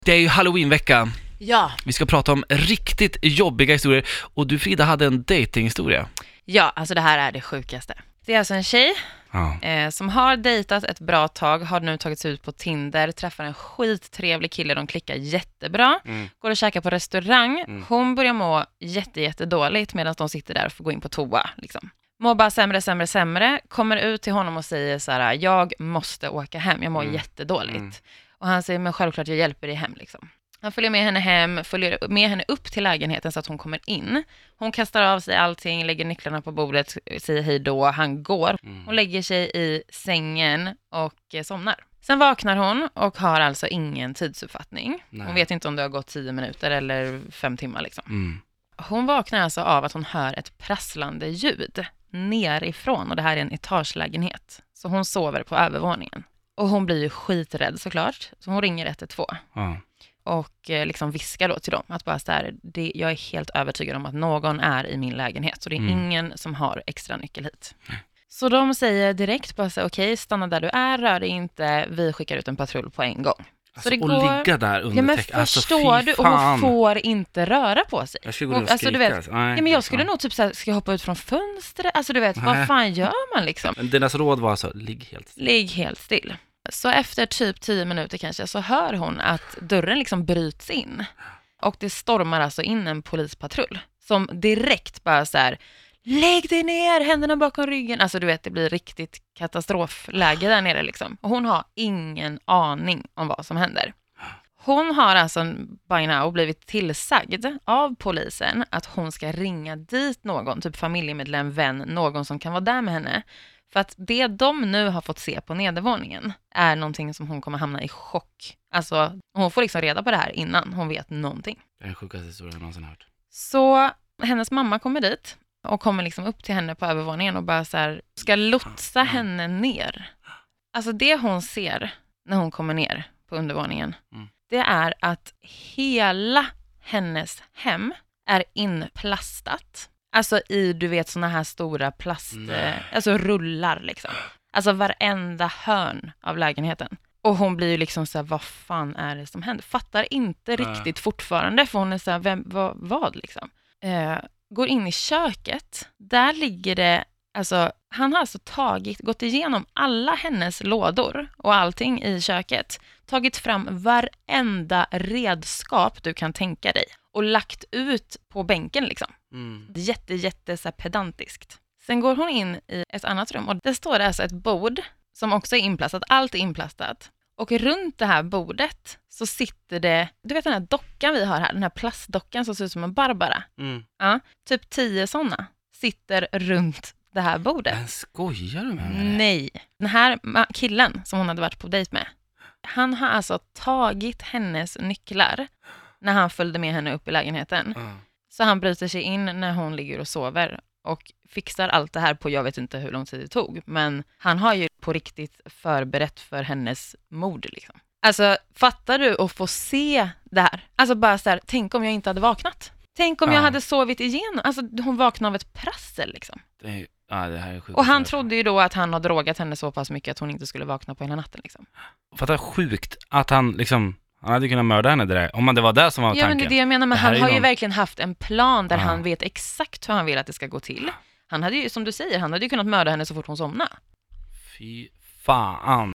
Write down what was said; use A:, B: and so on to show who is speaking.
A: Det är ju Halloween-vecka.
B: Ja.
A: Vi ska prata om riktigt jobbiga historier. Och du, Frida, hade en datinghistoria.
B: Ja, alltså det här är det sjukaste. Det är alltså en tjej som har dejtat ett bra tag, har nu tagit sig ut på Tinder, träffar en skittrevlig kille, de klickar jättebra, går och käkar på restaurang. Hon börjar må jättedåligt medan de sitter där och får gå in på toa. Liksom. Mår bara sämre, kommer ut till honom och säger så här: jag måste åka hem, jag mår jättedåligt. Och han säger, men självklart jag hjälper dig hem liksom. Han följer med henne hem, följer med henne upp till lägenheten så att hon kommer in. Hon kastar av sig allting, lägger nycklarna på bordet, säger hej då, han går. Hon lägger sig i sängen och somnar. Sen vaknar hon och har alltså ingen tidsuppfattning. Nej. Hon vet inte om det har gått 10 minuter eller 5 timmar liksom. Hon vaknar alltså av att hon hör ett prasslande ljud nerifrån, och det här är en etagelägenhet. Så hon sover på övervåningen. Och hon blir ju skiträdd såklart, så hon ringer 112. Och liksom viskar då till dem att bara så här, jag är helt övertygad om att någon är i min lägenhet. Så det är ingen som har extra nyckel hit. Så de säger direkt bara så, okej, stanna där du är, rör dig inte, vi skickar ut en patrull på en gång.
A: Alltså,
B: så det
A: och
B: går...
A: ligga där under
B: men förstår du, och hon får inte röra på sig.
A: Jag skulle gå och skrika.
B: Alltså, du vet, men jag skulle nog typ så här, ska hoppa ut från fönstret. Alltså du vet, vad fan gör man liksom?
A: Deras råd var alltså, ligg helt
B: still. Så efter typ 10 minuter kanske så hör hon att dörren liksom bryts in. Och det stormar alltså in en polispatrull som direkt bara så här: lägg dig ner, händerna bakom ryggen. Alltså du vet, det blir riktigt katastrofläge där nere liksom. Och hon har ingen aning om vad som händer. Hon har alltså by now blivit tillsagd av polisen att hon ska ringa dit någon, typ familjemedlem, vän, någon som kan vara där med henne. För att det de nu har fått se på nedervåningen är någonting som hon kommer hamna i chock. Alltså hon får liksom reda på det här innan hon vet någonting.
A: Det är den sjukaste historien jag någonsin hört.
B: Så hennes mamma kommer dit och kommer liksom upp till henne på övervåningen och bara så här, ska lotsa henne ner. Alltså det hon ser när hon kommer ner på undervåningen, det är att hela hennes hem är inplastat. Alltså i, du vet, såna här stora plast, alltså rullar liksom. Alltså varenda hörn av lägenheten. Och hon blir ju liksom så här, vad fan är det som händer? Fattar inte riktigt fortfarande, för hon är så här, vad liksom? Går in i köket, där ligger det, alltså han har alltså gått igenom alla hennes lådor och allting i köket. Tagit fram varenda redskap du kan tänka dig. Och lagt ut på bänken liksom. Jätte så här pedantiskt. Sen går hon in i ett annat rum och där står det alltså ett bord som också är inplastat. Allt är inplastat. Och runt det här bordet så sitter det, du vet den här dockan vi har här, den här plastdockan som ser ut som en Barbara. Ja, typ 10 sådana sitter runt det här bordet.
A: Men skojar du med mig?
B: Nej. Den här killen som hon hade varit på dejt med, han har alltså tagit hennes nycklar när han följde med henne upp i lägenheten. Så han bryter sig in när hon ligger och sover och fixar allt det här på, jag vet inte hur lång tid det tog, men han har ju på riktigt förberett för hennes mord liksom. Alltså, fattar du att få se det här? Alltså bara så här, tänk om jag inte hade vaknat. Tänk om jag hade sovit igenom. Alltså hon vaknade av ett prassel liksom.
A: Det här är sjukt.
B: Och han trodde ju då att han har drogat henne så pass mycket att hon inte skulle vakna på hela natten liksom.
A: Fattar sjukt att han liksom, han hade kunnat mörda henne där, om det var det som var tanken.
B: Ja, men det är det jag menar, men han har ju verkligen haft en plan där han vet exakt hur han vill att det ska gå till. Han hade ju, som du säger, han hade ju kunnat mörda henne så fort hon somnade.
A: Fy fan.